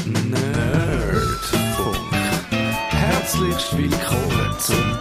Nerdfunk. Herzlich willkommen zum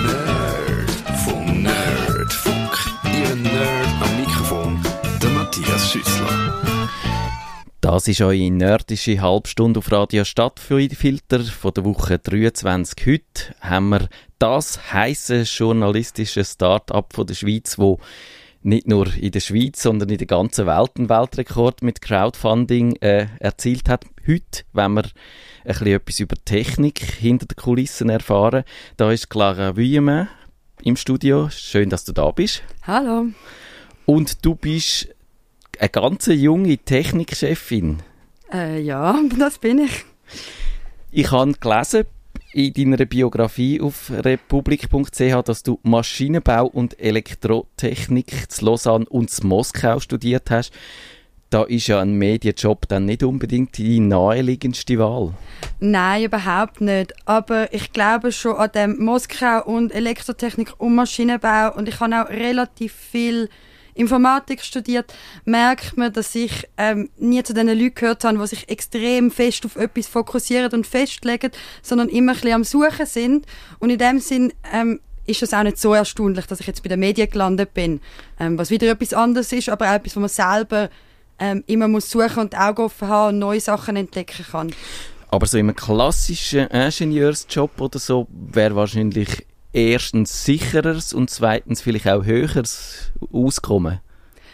Nerdfunk. Ihr Nerd am Mikrofon, der Matthias Schüssler. Das ist eure nerdische Halbstunde auf Radio Stadtfilter von der Woche 23. Heute haben wir das heisse journalistische Start-up von der Schweiz, wo nicht nur in der Schweiz, sondern in der ganzen Welt einen Weltrekord mit Crowdfunding erzielt hat. Heute wollen wir ein bisschen etwas über Technik hinter den Kulissen erfahren. Da ist Clara Vuillemin im Studio. Schön, dass du da bist. Hallo. Und du bist eine ganz junge Technikchefin. Ja, das bin ich. Ich habe gelesen in deiner Biografie auf republik.ch, dass du Maschinenbau und Elektrotechnik zu Lausanne und zu Moskau studiert hast. Da ist ja ein Medienjob dann nicht unbedingt die naheliegendste Wahl. Nein, überhaupt nicht. Aber ich glaube schon an dem Moskau und Elektrotechnik und Maschinenbau. Und ich habe auch relativ viel Informatik studiert, merkt man, dass ich nie zu den Leuten gehört habe, die sich extrem fest auf etwas fokussieren und festlegen, sondern immer ein bisschen am Suchen sind. Und in dem Sinn ist es auch nicht so erstaunlich, dass ich jetzt bei den Medien gelandet bin. Was wieder etwas anderes ist, aber auch etwas, wo man selber immer muss suchen und die Augen offen haben und neue Sachen entdecken kann. Aber so in einem klassischen Ingenieursjob oder so wäre wahrscheinlich erstens sicheres und zweitens vielleicht auch höheres Auskommen?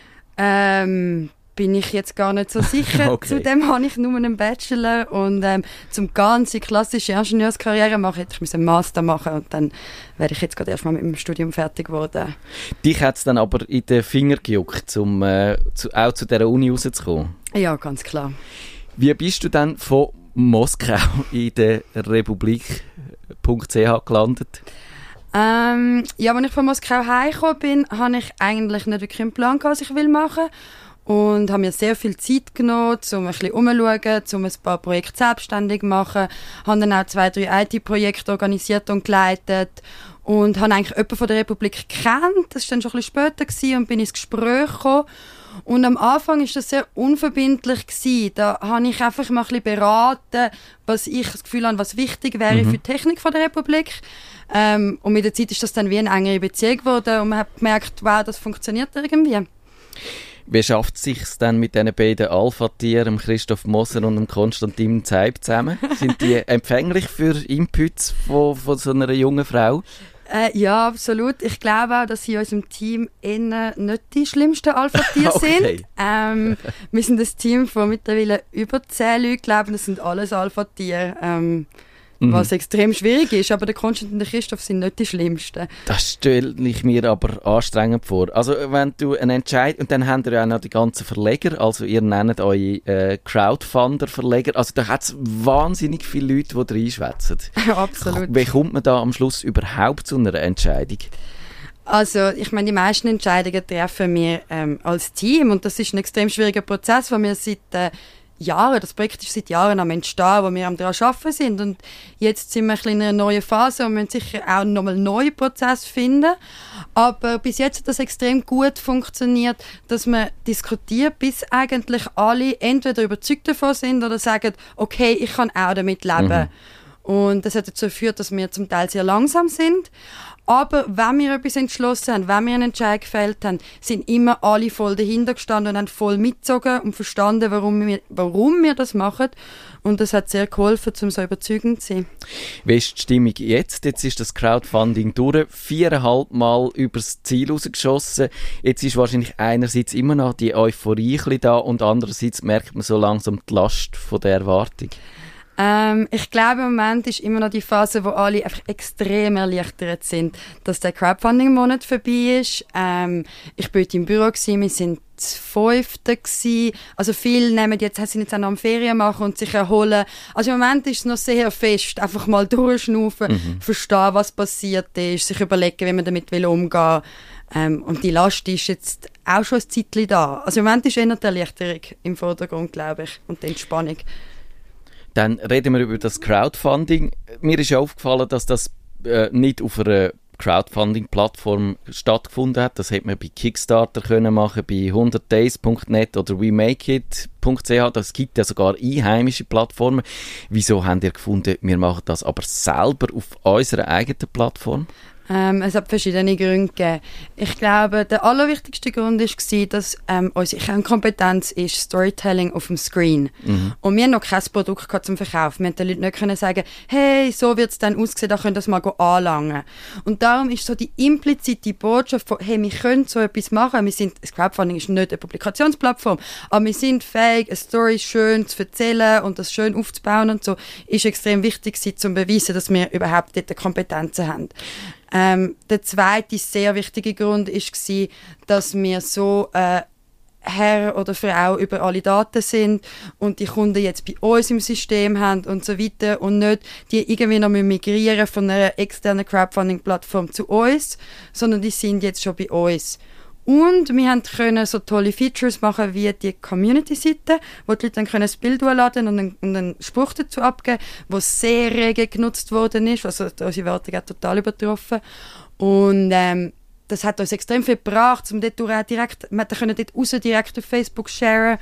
Bin ich jetzt gar nicht so sicher. Okay. Zudem habe ich nur einen Bachelor und zum ganze klassische Ingenieurskarriere hätte ich einen Master machen und dann wäre ich jetzt gerade erst mal mit dem Studium fertig geworden. Dich hat es dann aber in den Finger gejuckt, um auch zu dieser Uni rauszukommen? Ja, ganz klar. Wie bist du dann von Moskau in der republik.ch gelandet? Als ich von Moskau heimgekommen bin, hatte ich eigentlich nicht wirklich einen Plan, was ich machen will. Und habe mir sehr viel Zeit genommen, um ein bisschen umzuschauen, um ein paar Projekte selbstständig zu machen. Habe dann auch 2-3 IT-Projekte organisiert und geleitet. Und habe eigentlich jemanden von der Republik gekannt. Das war dann schon ein bisschen später und bin ins Gespräch gekommen. Und am Anfang war das sehr unverbindlich gewesen. Da habe ich einfach mal ein bisschen beraten, was ich das Gefühl habe, was wichtig wäre für die Technik von der Republik. Und mit der Zeit ist das dann wie eine engere Beziehung geworden und man hat gemerkt, wow, das funktioniert irgendwie. Wie schafft es sich denn mit diesen beiden Alpha-Tieren, Christoph Moser und Konstantin Zeib zusammen? Sind die empfänglich für Inputs von so einer jungen Frau? Ja, absolut. Ich glaube auch, dass sie in unserem Team eher nicht die schlimmsten Alpha-Tiere Okay. sind. Wir sind ein Team von mittlerweile über 10 Leuten, glaube ich, das sind alles Alpha-Tiere. Was extrem schwierig ist, aber der Konstantin und der Christoph sind nicht die schlimmsten. Das stelle ich mir aber anstrengend vor. Also wenn du einen Entscheid, und dann habt ihr ja auch noch die ganzen Verleger, also ihr nennt eure Crowdfunder-Verleger, also da hat es wahnsinnig viele Leute, die reinschwätzen. Ja, absolut. Wie kommt man da am Schluss überhaupt zu einer Entscheidung? Also, ich meine, die meisten Entscheidungen treffen wir als Team und das ist ein extrem schwieriger Prozess, weil wir seit das Projekt ist seit Jahren am Entstehen, wo wir daran arbeiten sind. Und jetzt sind wir ein bisschen in einer neuen Phase und müssen sicher auch nochmal einen neuen Prozess finden. Aber bis jetzt hat das extrem gut funktioniert, dass man diskutiert, bis eigentlich alle entweder überzeugt davon sind oder sagen, okay, ich kann auch damit leben. Und das hat dazu geführt, dass wir zum Teil sehr langsam sind. Aber wenn wir etwas entschlossen haben, wenn wir einen Entscheid gefällt haben, sind immer alle voll dahinter gestanden und haben voll mitgezogen und verstanden, warum wir das machen. Und das hat sehr geholfen, um so überzeugend zu sein. Wie ist die Stimmung jetzt? Jetzt ist das Crowdfunding durch, 4,5 Mal übers Ziel rausgeschossen. Jetzt ist wahrscheinlich einerseits immer noch die Euphorie ein bisschen da und andererseits merkt man so langsam die Last von der Erwartung. Ich glaube, im Moment ist immer noch die Phase, wo alle einfach extrem erleichtert sind, dass der Crowdfunding-Monat vorbei ist. Ich war heute im Büro, wir sind das 5. gewesen. Also viele sind jetzt auch noch am Ferien machen und sich erholen. Also im Moment ist es noch sehr fest. Einfach mal durchschnaufen, verstehen, was passiert ist, sich überlegen, wie man damit umgehen will. Und die Last ist jetzt auch schon ein Zeitchen da. Also im Moment ist eher die Erleichterung im Vordergrund, glaube ich, und die Entspannung. Dann reden wir über das Crowdfunding. Mir ist aufgefallen, dass das nicht auf einer Crowdfunding-Plattform stattgefunden hat. Das hätte man bei Kickstarter können machen, bei 100days.net oder wemakeit.ch. Das gibt ja sogar einheimische Plattformen. Wieso habt ihr gefunden, wir machen das aber selber auf unserer eigenen Plattform? Es hat verschiedene Gründe gegeben. Ich glaube, der allerwichtigste Grund war, dass unsere Kernkompetenz ist Storytelling auf dem Screen. Und wir haben noch kein Produkt zum Verkaufen. Wir konnten den Leuten nicht können sagen, hey, so wird es dann aussehen, da könnt ihr das mal anlangen. Und darum ist so die implizite Botschaft von, hey, wir können so etwas machen. Das Crowdfunding ist nicht eine Publikationsplattform, aber wir sind fähig, eine Story schön zu erzählen und das schön aufzubauen und so, ist extrem wichtig gewesen, um zu beweisen, dass wir überhaupt dort Kompetenzen haben. Der zweite sehr wichtige Grund war, dass wir so Herr oder Frau über alle Daten sind und die Kunden jetzt bei uns im System haben und so weiter und nicht die irgendwie noch migrieren von einer externen Crowdfunding-Plattform zu uns, sondern die sind jetzt schon bei uns. Und wir können so tolle Features machen wie die Community-Seite, wo die Leute dann können das Bild hochladen und einen Spruch dazu abgeben, der sehr rege genutzt worden ist. Also unsere Wertung hat total übertroffen. Und das hat uns extrem viel gebracht, um dort direkt, wir können dort raus direkt auf Facebook sharen.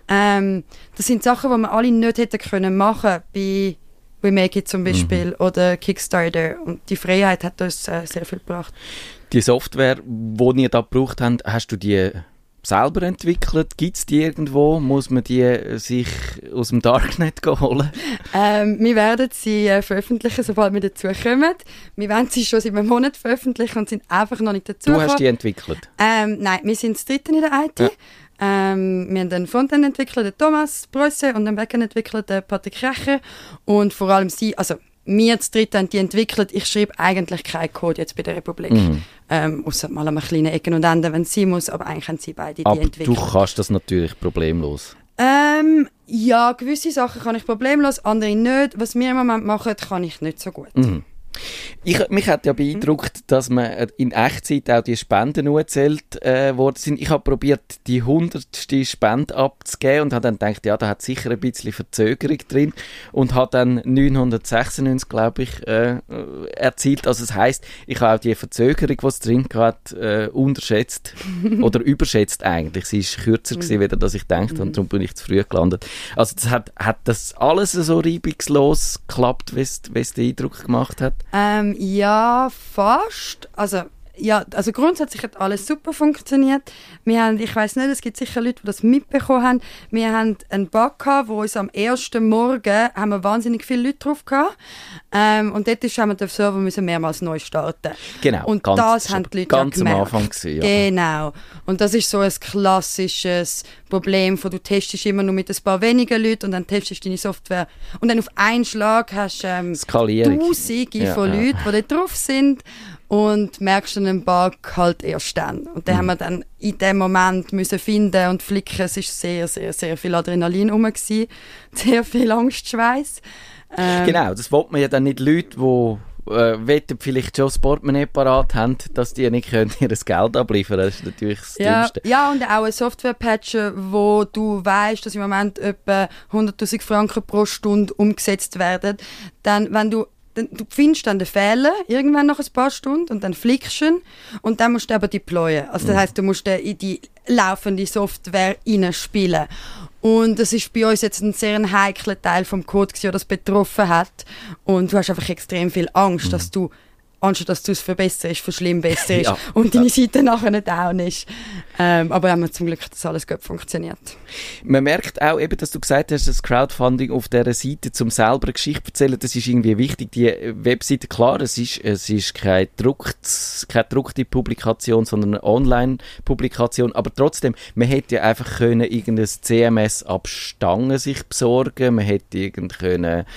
Das sind Sachen, die wir alle nicht hätten können machen bei WeMakeit zum Beispiel oder Kickstarter. Und die Freiheit hat uns sehr viel gebracht. Die Software, die ihr da gebraucht habt, hast du die selber entwickelt? Gibt es die irgendwo? Muss man die sich aus dem Darknet holen? Wir werden sie veröffentlichen, sobald wir dazu kommen. Wir werden sie schon seit einem Monat veröffentlichen und sind einfach noch nicht dazu gekommen. Du hast die entwickelt? Nein, wir sind das Dritte in der IT. Ja. Wir haben den Frontend entwickelt, den Thomas Brösse, und den Backend entwickelt, den Patrick Recher. Und vor allem sie, also wir das Dritte haben die entwickelt. Ich schreibe eigentlich keinen Code jetzt bei der Republik. Ausser mal an einem kleinen Ecken und Enden, wenn es sein muss. Aber eigentlich haben sie beide die entwickelt. Aber du kannst das natürlich problemlos. Ja, gewisse Sachen kann ich problemlos, andere nicht. Was wir im Moment machen, kann ich nicht so gut. Mich hat ja beeindruckt, dass man in Echtzeit auch die Spenden gezählt worden sind. Ich habe probiert, die 100. Spende abzugeben und habe dann gedacht, ja, da hat sicher ein bisschen Verzögerung drin und habe dann 996, glaube ich, erzielt. Also das heisst, ich habe auch die Verzögerung, die es drin hat, unterschätzt oder überschätzt eigentlich. Sie ist kürzer gewesen, als dass ich gedacht habe, und darum bin ich zu früh gelandet. Also das hat das alles so reibungslos geklappt, wie es den Eindruck gemacht hat? Ja, fast. Also grundsätzlich hat alles super funktioniert. Wir haben, ich weiss nicht, es gibt sicher Leute, die das mitbekommen haben. Wir haben einen Bug gehabt, wo uns am ersten Morgen haben wir wahnsinnig viele Leute drauf gehabt. Und dort haben wir den Server mehrmals neu starten. Genau. Und das haben die Leute ganz gemerkt. Am Anfang gewesen, ja. Genau. Und das ist so ein klassisches Problem, wo du testest immer nur mit ein paar wenigen Leuten und dann testest du deine Software. Und dann auf einen Schlag hast du Tausende von Leuten, die dort drauf sind. Und merkst dann einen Bug halt erst dann. Und den haben wir dann in dem Moment müssen finden und flicken. Es war sehr, sehr, sehr viel Adrenalin rum gewesen. Sehr viel Angstschweiß. Genau, das wollte man ja dann nicht Leute, die vielleicht schon das Portemonnaie parat haben, dass die nicht können ihr Geld abliefern können. Das ist natürlich das Dümmste. Ja, und auch ein Software-Patcher, wo du weißt, dass im Moment etwa 100'000 Franken pro Stunde umgesetzt werden. Dann, wenn du findest dann den Fehler irgendwann nach ein paar Stunden und dann flickst du ihn und dann musst du aber deployen. Also das heisst, du musst den in die laufende Software reinspielen. Und das ist bei uns jetzt ein sehr heikler Teil vom Code, der das betroffen hat. Und du hast einfach extrem viel Angst, dass du, anstatt dass du es verbesserst, verschlimmbesserst ja, und deine Seite nachher nicht down ist. Aber haben wir zum Glück, dass alles gut funktioniert. Man merkt auch eben, dass du gesagt hast, das Crowdfunding auf dieser Seite zum selber eine Geschichte erzählen, das ist irgendwie wichtig. Die Webseite, klar, es ist keine gedruckte Publikation, sondern eine Online-Publikation, aber trotzdem, man hätte ja einfach können irgendein CMS ab Stangen sich besorgen, man hätte ein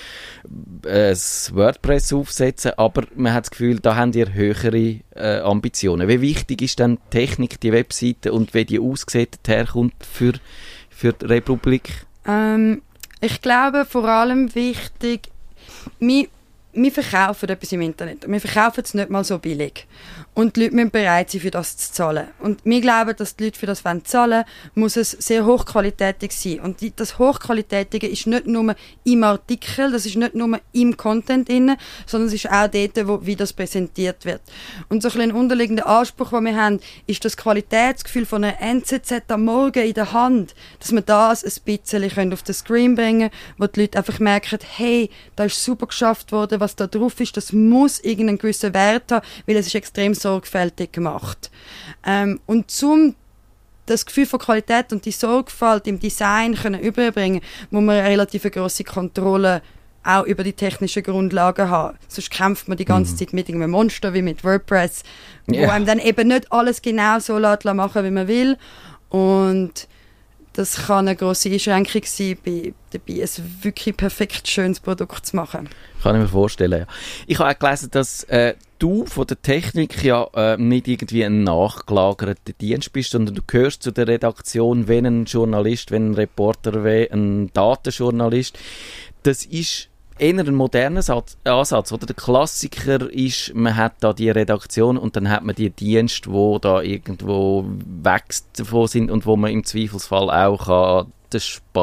WordPress aufsetzen, aber man hat das Gefühl, da haben ihr höhere Ambitionen. Wie wichtig ist dann die Technik, die Webseite und wie die aussieht, herkommt für die Republik? Ich glaube, vor allem wichtig, wir verkaufen etwas im Internet. Wir verkaufen es nicht mal so billig. Und die Leute müssen bereit sein, für das zu zahlen. Und wir glauben, dass die Leute für das zahlen wollen, muss es sehr hochqualitativ sein. Und das Hochqualitative ist nicht nur im Artikel, das ist nicht nur im Content drin, sondern es ist auch dort, wie das präsentiert wird. Und so ein unterliegender Anspruch, den wir haben, ist das Qualitätsgefühl von einer NZZ am Morgen in der Hand, dass wir das ein bisschen auf den Screen bringen können, wo die Leute einfach merken, hey, da ist super geschafft worden, was da drauf ist, das muss irgendeinen gewissen Wert haben, weil es ist extrem sorgfältig gemacht. Und zum das Gefühl von Qualität und die Sorgfalt im Design können überbringen, muss man eine relativ grosse Kontrolle auch über die technischen Grundlagen haben. Sonst kämpft man die ganze Zeit mit einem Monster wie mit WordPress, wo einem dann eben nicht alles genau so machen lässt, wie man will. Und das kann eine grosse Einschränkung sein, dabei ein wirklich perfekt schönes Produkt zu machen. Kann ich mir vorstellen, ja. Ich habe auch gelesen, dass du von der Technik ja nicht irgendwie ein nachgelagerter Dienst bist, sondern du gehörst zu der Redaktion, wenn ein Journalist, wenn ein Reporter, wenn ein Datenjournalist. Das ist eher ein moderner Ansatz, oder? Der Klassiker ist, man hat da die Redaktion und dann hat man die Dienste, die da irgendwo weg davon sind und wo man im Zweifelsfall auch kann den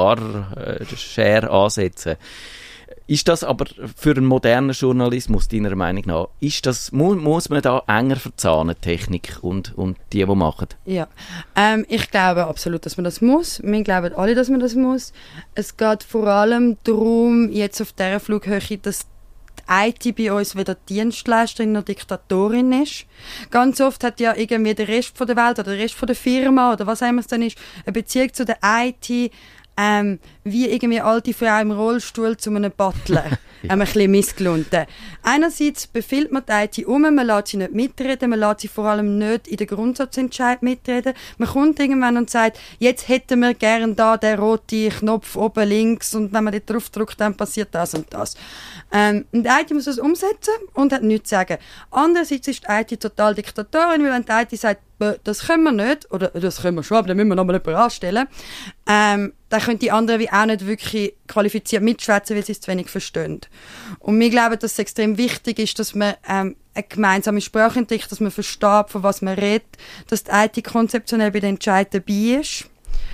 Share ansetzen. Ist das aber für einen modernen Journalismus, deiner Meinung nach, muss man da enger verzahnen, Technik und die machen? Ja, ich glaube absolut, dass man das muss. Wir glauben alle, dass man das muss. Es geht vor allem darum, jetzt auf dieser Flughöhe, dass die IT bei uns weder Dienstleisterin noch Diktatorin ist. Ganz oft hat ja irgendwie der Rest von der Welt oder der Rest von der Firma oder was auch immer es dann ist, eine Beziehung zu der IT, wie irgendwie alte Frau im Rollstuhl zu einem Butler. Ein bisschen missgelungen. Einerseits befiehlt man die IT man lässt sie nicht mitreden, man lässt sie vor allem nicht in den Grundsatzentscheid mitreden. Man kommt irgendwann und sagt, jetzt hätten wir gerne da den roten Knopf oben links und wenn man dort drauf drückt, dann passiert das und das. Und die IT muss das umsetzen und hat nichts zu sagen. Andererseits ist die IT total Diktatorin, weil wenn die IT sagt, das können wir nicht, oder das können wir schon, aber dann müssen wir nochmal jemanden anstellen, dann können die anderen wie auch nicht wirklich qualifiziert mitschwätzen, weil sie es zu wenig verstehen. Und wir glauben, dass es extrem wichtig ist, dass man eine gemeinsame Sprache entdeckt, dass man versteht, von was man redet, dass die IT konzeptionell bei den Entscheidungen dabei ist.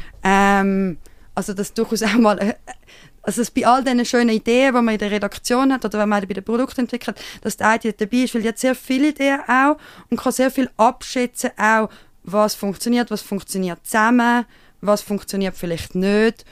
Also dass durchaus auch mal also bei all diesen schönen Ideen, die man in der Redaktion hat oder wenn man bei den Produkten entwickelt, dass die IT dabei ist, weil die hat sehr viele Ideen auch und kann sehr viel abschätzen auch, was funktioniert zusammen, was funktioniert vielleicht nicht.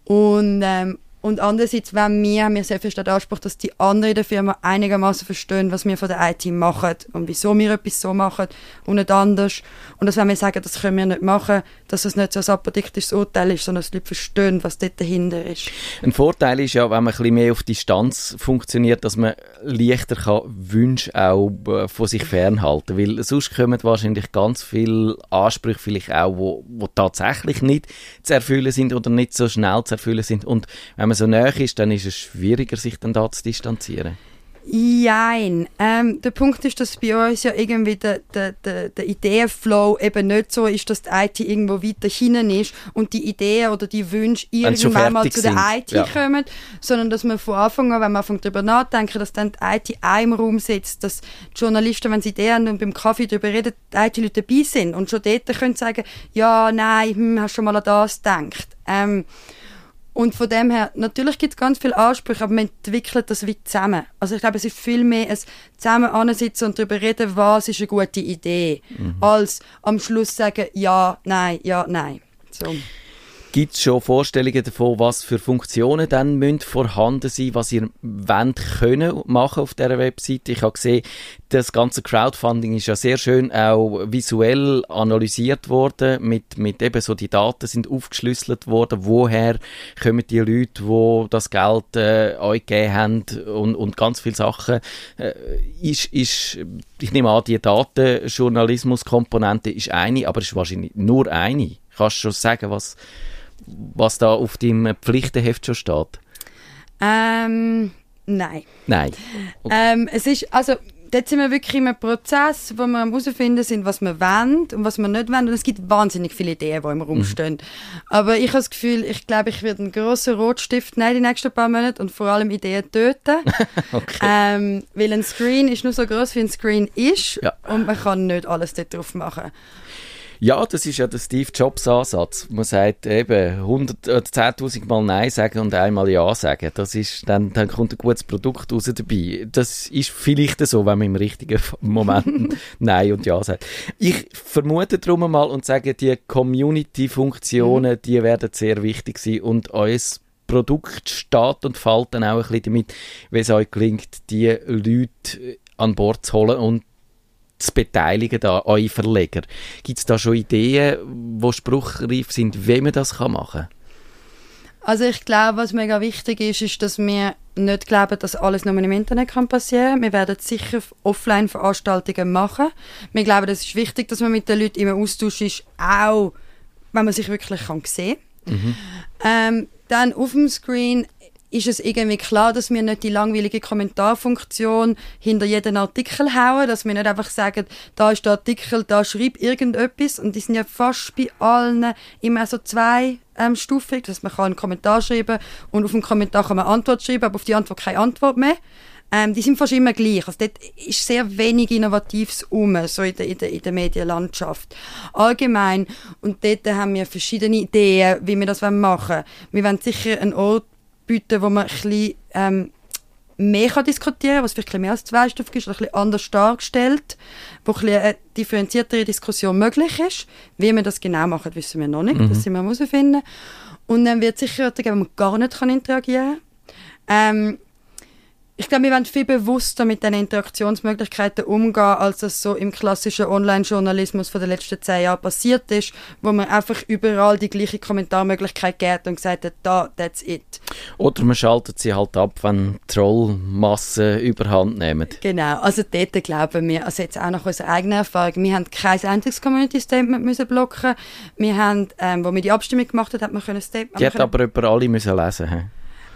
Und andererseits haben wir sehr viel den Anspruch, dass die anderen in der Firma einigermaßen verstehen, was wir von der IT machen und wieso wir etwas so machen und nicht anders. Und dass wenn wir sagen, das können wir nicht machen, dass es nicht so ein apodiktisches Urteil ist, sondern dass die Leute verstehen, was dort dahinter ist. Ein Vorteil ist ja, wenn man ein bisschen mehr auf Distanz funktioniert, dass man leichter kann Wünsche auch von sich fernhalten kann. Weil sonst kommen wahrscheinlich ganz viele Ansprüche vielleicht auch, wo tatsächlich nicht zu erfüllen sind oder nicht so schnell zu erfüllen sind. Und wenn man so nahe ist, dann ist es schwieriger, sich dann da zu distanzieren. Jein. Der Punkt ist, dass bei uns ja irgendwie der Ideenflow eben nicht so ist, dass die IT irgendwo weiter hinten ist und die Ideen oder die Wünsche irgendwann mal zu der IT kommen, sondern dass man von Anfang an, wenn man anfängt darüber nachdenken, dass dann die IT auch im Raum sitzt, dass die Journalisten, wenn sie Ideen haben und beim Kaffee darüber reden, die IT-Leute dabei sind und schon dort können sagen, ja, nein, hast schon mal an das gedacht. Und von dem her, natürlich gibt es ganz viele Ansprüche, aber man entwickelt das wie zusammen. Also ich glaube, es ist viel mehr ein zusammen ansitzen und darüber reden, was ist eine gute Idee, als am Schluss sagen, ja, nein. So. Gibt es schon Vorstellungen davon, was für Funktionen dann vorhanden sein müssen, was ihr können machen auf dieser Webseite? Ich habe gesehen, das ganze Crowdfunding ist ja sehr schön auch visuell analysiert worden, mit eben so die Daten sind aufgeschlüsselt worden, woher kommen die Leute, die das Geld euch gegeben haben und ganz viele Sachen. Ich nehme an, die Datenjournalismus-Komponente ist eine, aber es ist wahrscheinlich nur eine. Kannst du schon sagen, was da auf deinem Pflichtenheft schon steht? Nein. Nein. Okay. Es ist, also, dort sind wir wirklich in einem Prozess, wo wir herausfinden sind, was wir wollen und was wir nicht wollen. Und es gibt wahnsinnig viele Ideen, die im Raum stehen. Aber ich habe das Gefühl, ich glaube, ich werde einen grossen Rotstift nehmen die nächsten paar Monate und vor allem Ideen töten. Okay. Weil ein Screen ist nur so gross, wie ein Screen ist. Ja. Und man kann nicht alles dort drauf machen. Ja, das ist ja der Steve Jobs Ansatz. Man sagt eben 10'000 Mal Nein sagen und einmal Ja sagen. Das ist, dann kommt ein gutes Produkt raus dabei. Das ist vielleicht so, wenn man im richtigen Moment Nein und Ja sagt. Ich vermute darum mal und sage, die Community-Funktionen, die werden sehr wichtig sein und euer Produkt steht und fällt dann auch ein bisschen damit, wie es euch gelingt, die Leute an Bord zu holen und zu beteiligen, da, eure Verleger. Gibt es da schon Ideen, die spruchreif sind, wie man das machen kann? Also ich glaube, was mega wichtig ist, dass wir nicht glauben, dass alles nur im Internet passieren kann. Wir werden sicher Offline-Veranstaltungen machen. Wir glauben, es ist wichtig, dass man mit den Leuten im Austausch ist, auch wenn man sich wirklich sehen kann. Dann auf dem Screen ist es irgendwie klar, dass wir nicht die langweilige Kommentarfunktion hinter jeden Artikel hauen, dass wir nicht einfach sagen, da ist der Artikel, da schreib irgendetwas. Und die sind ja fast bei allen immer so zweistufig, dass man einen Kommentar schreiben kann und auf den Kommentar kann man Antwort schreiben, aber auf die Antwort keine Antwort mehr. Die sind fast immer gleich. Also dort ist sehr wenig Innovatives so in der Medienlandschaft. Allgemein. Und dort haben wir verschiedene Ideen, wie wir das machen wollen. Wir wollen sicher einen Ort bieten, wo man ein bisschen mehr diskutieren kann, was vielleicht ein bisschen mehr als zweistufig ist, oder ein bisschen anders dargestellt, wo ein bisschen eine differenziertere Diskussion möglich ist. Wie wir das genau machen, wissen wir noch nicht. Das sind wir herausfinden. Und dann wird es sicher Orte geben, wo man gar nicht interagieren kann. Ich glaube, wir wollen viel bewusster mit diesen Interaktionsmöglichkeiten umgehen, als das so im klassischen Online-Journalismus von den letzten 10 Jahren passiert ist, wo man einfach überall die gleiche Kommentarmöglichkeit gibt und gesagt hat, da, that's it. Oder man schaltet sie halt ab, wenn Trollmassen überhand nehmen. Genau, also dort glauben wir, also jetzt auch nach unserer eigenen Erfahrung, wir haben kein einziges Community-Statement müssen blocken. Wir haben, wo wir die Abstimmung gemacht haben, hat man ein Statement... Die hat aber über alle müssen lesen, he?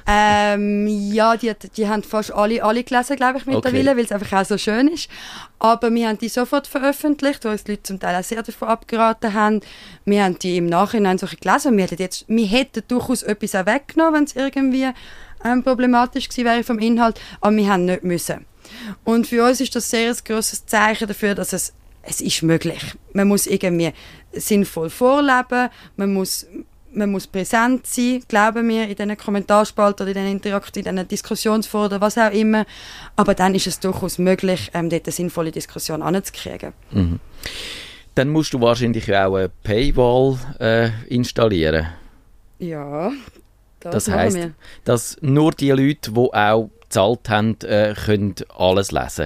Ja, die haben fast alle gelesen, glaube ich, mittlerweile, weil es einfach auch so schön ist. Aber wir haben die sofort veröffentlicht, weil uns die Leute zum Teil auch sehr davon abgeraten haben. Wir haben die im Nachhinein so gelesen und wir hätten durchaus etwas auch weggenommen, wenn es irgendwie problematisch gewesen wäre vom Inhalt, aber wir haben nicht müssen. Und für uns ist das sehr ein grosses Zeichen dafür, dass es ist möglich. Man muss irgendwie sinnvoll vorleben, man muss präsent sein, glauben wir, in diesen Kommentarspalten oder in diesen Diskussionsforen, was auch immer. Aber dann ist es durchaus möglich, dort eine sinnvolle Diskussion anzukriegen. Mhm. Dann musst du wahrscheinlich auch eine Paywall installieren. Ja, das heisst, dass nur die Leute, die auch gezahlt haben, können alles lesen.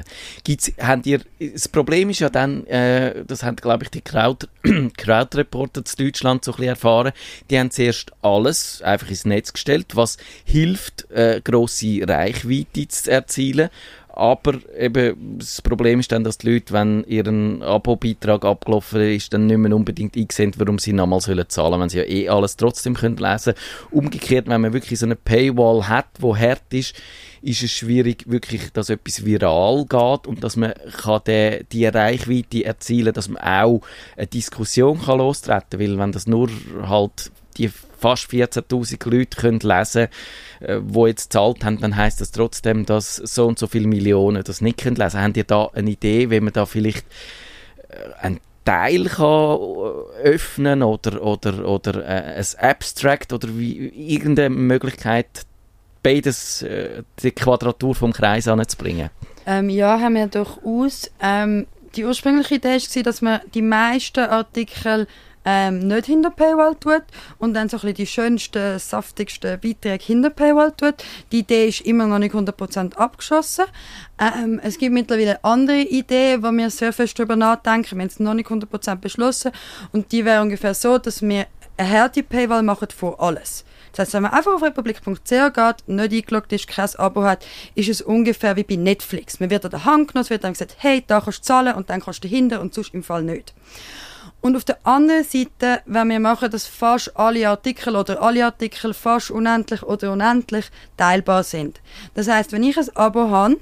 Das Problem ist ja dann, das haben, glaube ich, die Crowd-Reporter zu Deutschland so ein bisschen erfahren, die haben zuerst alles einfach ins Netz gestellt, was hilft, grosse Reichweite zu erzielen. Aber eben, das Problem ist dann, dass die Leute, wenn ihr Abo-Beitrag abgelaufen ist, dann nicht mehr unbedingt einsehen, warum sie nochmal zahlen sollen, wenn sie ja alles trotzdem lesen können. Umgekehrt, wenn man wirklich so eine Paywall hat, die hart ist es schwierig, wirklich, dass etwas viral geht und dass man kann die Reichweite erzielen kann, dass man auch eine Diskussion kann lostreten kann. Weil wenn das nur halt die fast 14'000 Leute können lesen können, die jetzt gezahlt haben, dann heisst das trotzdem, dass so und so viele Millionen das nicht lesen können. Habt ihr da eine Idee, wie man da vielleicht einen Teil kann öffnen oder ein Abstract oder irgendeine Möglichkeit, beides die Quadratur vom Kreis anzubringen? Ja, haben wir durchaus. Die ursprüngliche Idee war, dass man die meisten Artikel nicht hinter Paywall tut und dann so ein bisschen die schönsten, saftigsten Beiträge hinter Paywall tut. Die Idee ist immer noch nicht 100% abgeschossen. Es gibt mittlerweile andere Ideen, wo wir sehr fest darüber nachdenken. Wir haben es noch nicht 100% beschlossen und die wäre ungefähr so, dass wir eine harte Paywall machen für alles. Das heisst, wenn man einfach auf republik.ch geht, nicht eingeloggt ist, kein Abo hat, ist es ungefähr wie bei Netflix. Man wird an der Hand genommen, es wird dann gesagt, hey, da kannst du zahlen und dann kannst du dahinter und sonst im Fall nicht. Und auf der anderen Seite, wenn wir machen, dass fast alle Artikel fast unendlich oder unendlich teilbar sind. Das heisst, wenn ich ein Abo habe,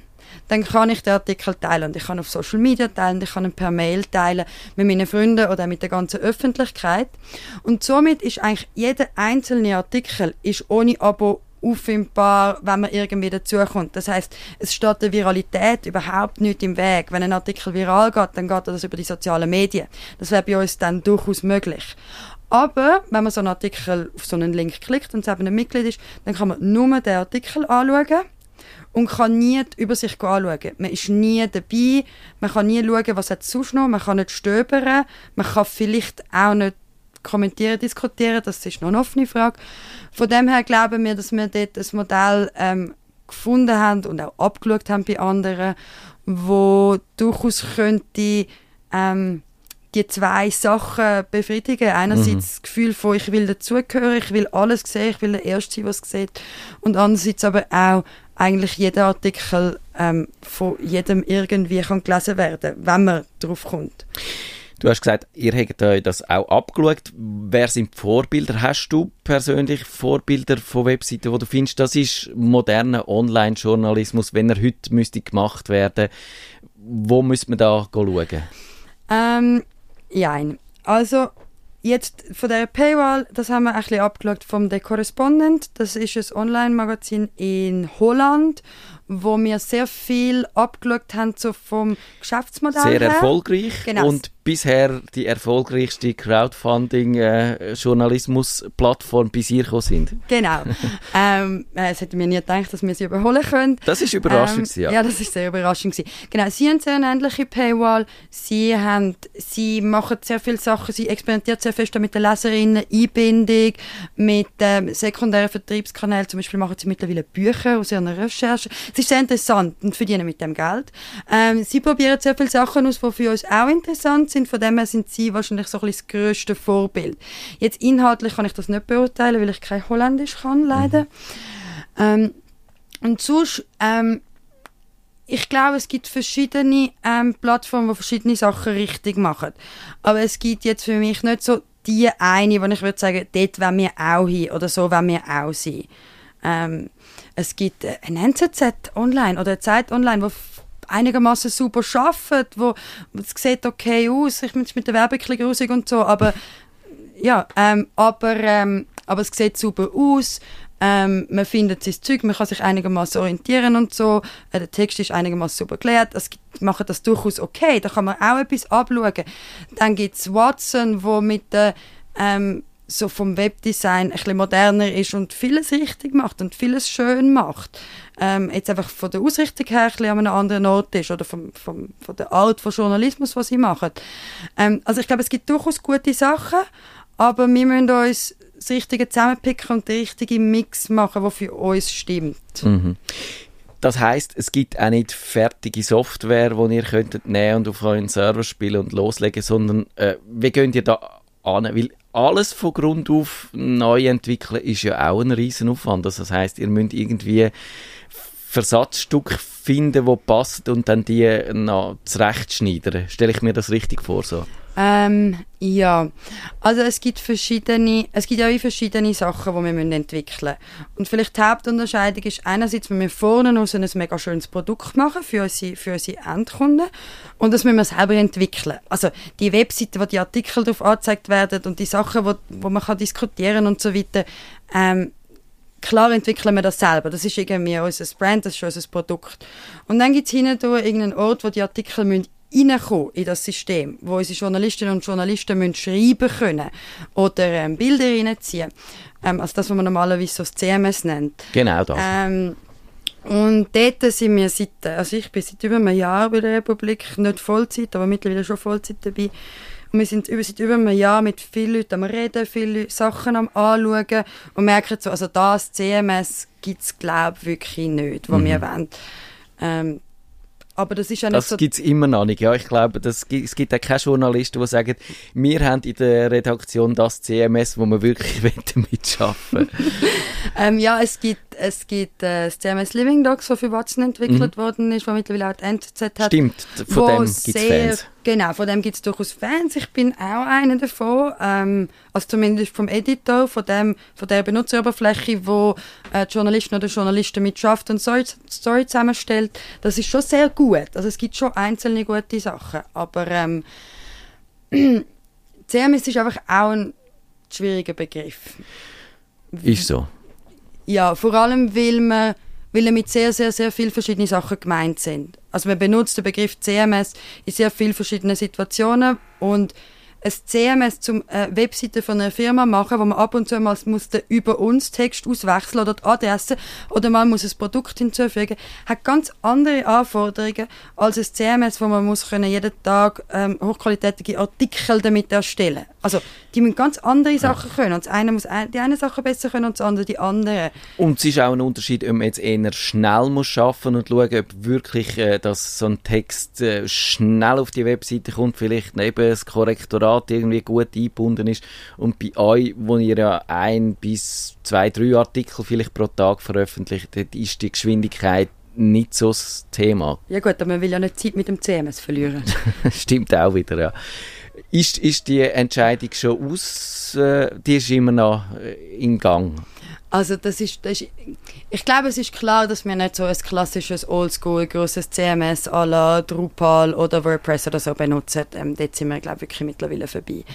dann kann ich den Artikel teilen. Und ich kann auf Social Media teilen, ich kann ihn per Mail teilen mit meinen Freunden oder mit der ganzen Öffentlichkeit. Und somit ist eigentlich jeder einzelne Artikel ist ohne Abo auffindbar, wenn man irgendwie dazukommt. Das heisst, es steht der Viralität überhaupt nicht im Weg. Wenn ein Artikel viral geht, dann geht das über die sozialen Medien. Das wäre bei uns dann durchaus möglich. Aber wenn man so einen Artikel auf so einen Link klickt und es eben ein Mitglied ist, dann kann man nur den Artikel anschauen und kann nie die Übersicht anschauen. Man ist nie dabei, man kann nie schauen, was es sonst noch, man kann nicht stöbern, man kann vielleicht auch nicht kommentieren, diskutieren, das ist noch eine offene Frage. Von dem her glauben wir, dass wir dort ein Modell gefunden haben und auch abgeschaut haben bei anderen, wo durchaus könnte die zwei Sachen befriedigen. Einerseits das Gefühl von, ich will dazugehören, ich will alles sehen, ich will der Erste sein, was es sieht. Und andererseits aber auch eigentlich jeder Artikel von jedem irgendwie kann gelesen werden, wenn man drauf kommt. Du hast gesagt, ihr habt euch das auch abgeschaut. Wer sind die Vorbilder? Hast du persönlich Vorbilder von Webseiten, wo du findest, das ist moderner Online-Journalismus, wenn er heute müsste gemacht werden? Wo müsste man da schauen? Ja, also jetzt von der Paywall, das haben wir ein bisschen abgeschaut vom The Correspondent. Das ist ein Online-Magazin in Holland, wo wir sehr viel abgeschaut haben so vom Geschäftsmodell sehr her. Erfolgreich Genau. Und bisher die erfolgreichste Crowdfunding-Journalismus-Plattform bis ihr gekommen sind. Genau. Es hätte mir nie gedacht, dass wir sie überholen können. Das ist überraschend, ja. Ja, das ist sehr überraschend gewesen. Genau, sie haben sehr eine ähnliche Paywall. Sie machen sehr viele Sachen, sie experimentieren sehr fest mit den Leserinnen, Einbindung, mit sekundären Vertriebskanälen. Zum Beispiel machen sie mittlerweile Bücher aus ihren Recherchen. Es ist sehr interessant und verdienen mit dem Geld. Sie probieren sehr viele Sachen aus, die für uns auch interessant sind. Von dem her sind sie wahrscheinlich so ein bisschen das grösste Vorbild. Jetzt inhaltlich kann ich das nicht beurteilen, weil ich kein Holländisch kann, leider. Und sonst, ich glaube, es gibt verschiedene Plattformen, die verschiedene Sachen richtig machen. Aber es gibt jetzt für mich nicht so die eine, wo ich würde sagen, dort wollen wir auch hin oder so wollen wir auch sein. Es gibt ein NZZ online oder eine Zeit online, wo einigermaßen super arbeitet, wo es sieht okay aus, ich bin mit der Werbung ein bisschen grusig und so, aber ja, aber es sieht super aus, man findet sein Zeug, man kann sich einigermaßen orientieren und so, der Text ist einigermaßen super gelehrt, macht das durchaus okay, da kann man auch etwas abschauen. Dann gibt es Watson, wo mit der so vom Webdesign ein bisschen moderner ist und vieles richtig macht und vieles schön macht. Jetzt einfach von der Ausrichtung her ein bisschen an einem anderen Ort ist oder von der Art von Journalismus, was sie machen. Also ich glaube, es gibt durchaus gute Sachen, aber wir müssen uns das Richtige zusammenpicken und den richtigen Mix machen, der für uns stimmt. Mhm. Das heisst, es gibt auch nicht fertige Software, die ihr könntet nehmen und auf euren Server spielen und loslegen, sondern wie geht ihr da an? Weil alles von Grund auf neu entwickeln ist ja auch ein Riesenaufwand. Also das heisst, ihr müsst irgendwie Versatzstücke finden, die passen und dann die zurechtschneidern. Stelle ich mir das richtig vor so? Ja, also es gibt ja verschiedene Sachen, die wir entwickeln müssen. Und vielleicht die Hauptunterscheidung ist einerseits, wenn wir vorne aus ein mega schönes Produkt machen für unsere Endkunden und das müssen wir selber entwickeln. Also die Webseiten, wo die Artikel drauf angezeigt werden und die Sachen, wo man kann diskutieren und so weiter, klar entwickeln wir das selber. Das ist irgendwie unser Brand, das ist unser Produkt. Und dann gibt es hindurch irgendeinen Ort, wo die Artikel reinkommen in das System, wo unsere Journalistinnen und Journalisten müssen schreiben können oder Bilder reinziehen. Also das, was man normalerweise so das CMS nennt. Genau das. Und dort sind wir ich bin seit über einem Jahr bei der Republik, nicht Vollzeit, aber mittlerweile schon Vollzeit dabei. Und wir sind seit über einem Jahr mit vielen Leuten am Reden, viele Sachen am Anschauen und merken so, also das CMS gibt es, glaube ich, wirklich nicht, was wir wollen. Aber das ist ja nicht das so... gibt es immer noch nicht. Ja, ich glaube, es gibt auch keine Journalisten, die sagen, wir haben in der Redaktion das CMS, wo wir wirklich mitarbeiten. Ja, es gibt Es gibt das CMS Living Docs, das für Watson entwickelt worden ist, das mittlerweile auch die NZZ hat. Stimmt, von dem gibt es Fans. Genau, von dem gibt es durchaus Fans. Ich bin auch einer davon, also zumindest vom Editor, von der Benutzeroberfläche, wo die Journalisten oder Journalisten mitschafft und Story zusammenstellt. Das ist schon sehr gut. Also es gibt schon einzelne gute Sachen, aber CMS ist einfach auch ein schwieriger Begriff. Ist so. Ja, vor allem, weil mit sehr, sehr, sehr vielen verschiedenen Sachen gemeint sind. Also man benutzt den Begriff CMS in sehr vielen verschiedenen Situationen und ein CMS zum Webseite von einer Firma machen, wo man ab und zu mal muss den über uns Text auswechseln oder die Adresse oder man muss ein Produkt hinzufügen, hat ganz andere Anforderungen als ein CMS, wo man muss können jeden Tag hochqualitatige Artikel damit erstellen. Also die müssen ganz andere Sachen können. Und das eine muss die eine Sache besser können und das andere die andere. Und es ist auch ein Unterschied, ob man jetzt eher schnell muss arbeiten und schauen, ob wirklich dass so ein Text schnell auf die Webseite kommt, vielleicht neben das Korrektorat irgendwie gut eingebunden ist. Und bei euch, wo ihr ja 1 bis 2, 3 Artikel vielleicht pro Tag veröffentlicht, ist die Geschwindigkeit nicht so das Thema. Ja gut, aber man will ja nicht Zeit mit dem CMS verlieren. Stimmt auch wieder, ja. Ist die Entscheidung schon die ist immer noch in Gang? Also ich glaube, es ist klar, dass wir nicht so ein klassisches Oldschool grosses CMS à la Drupal oder WordPress oder so benutzen. Dort sind wir, glaube ich, wirklich mittlerweile vorbei.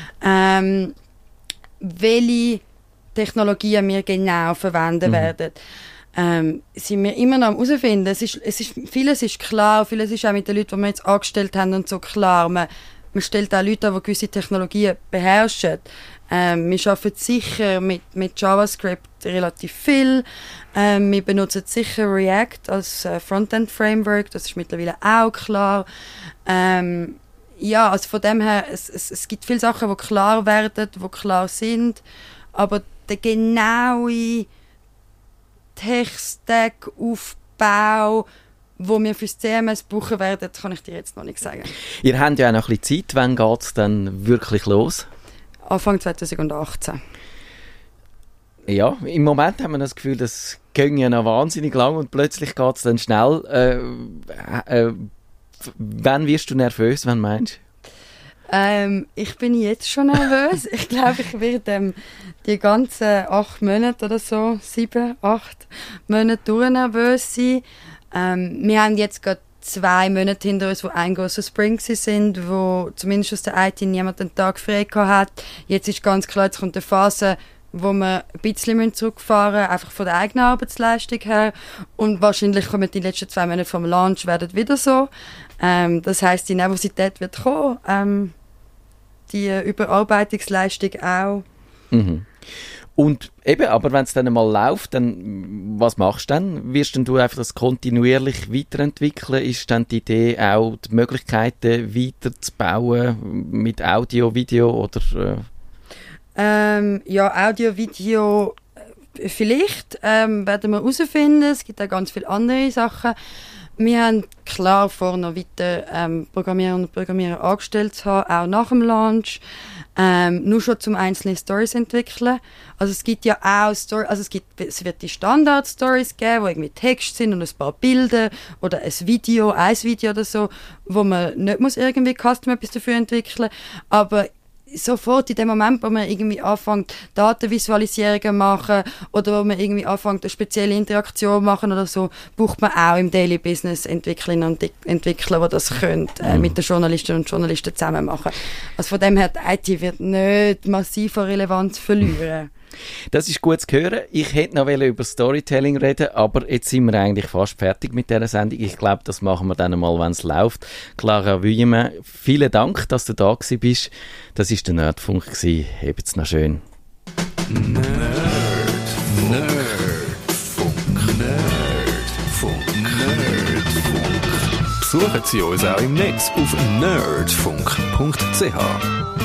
Welche Technologien wir genau verwenden werden, sind wir immer noch am herausfinden. Vieles ist klar, vieles ist auch mit den Leuten, die wir jetzt angestellt haben und so klar. Man stellt auch Leute an, die gewisse Technologien beherrschen. Wir arbeiten sicher mit JavaScript relativ viel. Wir benutzen sicher React als Frontend-Framework, das ist mittlerweile auch klar. Ja, also von dem her, es gibt viele Sachen, die klar werden, die klar sind, aber der genaue Tech-Stack, Aufbau, wo wir fürs CMS brauchen werden, kann ich dir jetzt noch nicht sagen. Ihr habt ja auch noch ein bisschen Zeit. Wann geht es dann wirklich los? Anfang 2018. Ja, im Moment haben wir das Gefühl, das ging ja noch wahnsinnig lang und plötzlich geht es dann schnell. Wann wirst du nervös, wann meinst du? Ich bin jetzt schon nervös. Ich glaube, ich werde die ganzen 8 Monate oder so, 7, 8 Monate durch nervös sein. Wir haben jetzt gerade 2 Monate hinter uns, wo ein grosser Spring sind, wo zumindest aus der IT niemand einen Tag frei hat. Jetzt ist ganz klar, jetzt kommt eine Phase, wo wir ein bisschen zurückfahren müssen, einfach von der eigenen Arbeitsleistung her. Und wahrscheinlich kommen die letzten 2 Monate vom Launch werden wieder so. Das heisst, die Nervosität wird kommen, die Überarbeitungsleistung auch. Mhm. Und eben, aber wenn es dann mal läuft, dann was machst du dann? Wirst denn du einfach das kontinuierlich weiterentwickeln? Ist dann die Idee auch, die Möglichkeiten weiterzubauen mit Audio, Video oder? Ja, Audio, Video vielleicht werden wir herausfinden. Es gibt auch ganz viele andere Sachen. Wir haben klar vor, noch weiter Programmierer und Programmierer angestellt zu haben, auch nach dem Launch. Nur schon zum einzelne Stories entwickeln. Also es gibt ja auch es wird die Standard-Stories geben, wo irgendwie Text sind und ein paar Bilder oder ein Video oder so, wo man nicht muss irgendwie custom etwas dafür entwickeln. Aber sofort in dem Moment, wo man irgendwie anfängt, Datenvisualisierungen machen oder wo man irgendwie anfängt, eine spezielle Interaktion machen oder so, braucht man auch im Daily Business Entwicklerinnen und Entwickler, die das können, mit den Journalistinnen und Journalisten zusammen machen. Also von dem her, die IT wird nicht massiv an Relevanz verlieren. Das ist gut zu hören. Ich hätte noch über Storytelling reden, aber jetzt sind wir eigentlich fast fertig mit dieser Sendung. Ich glaube, das machen wir dann mal, wenn es läuft. Clara Wuillemin, vielen Dank, dass du da bist. Das war der Nerdfunk. Habt's noch schön. Besuchen Sie uns auch im Netz auf nerdfunk.ch.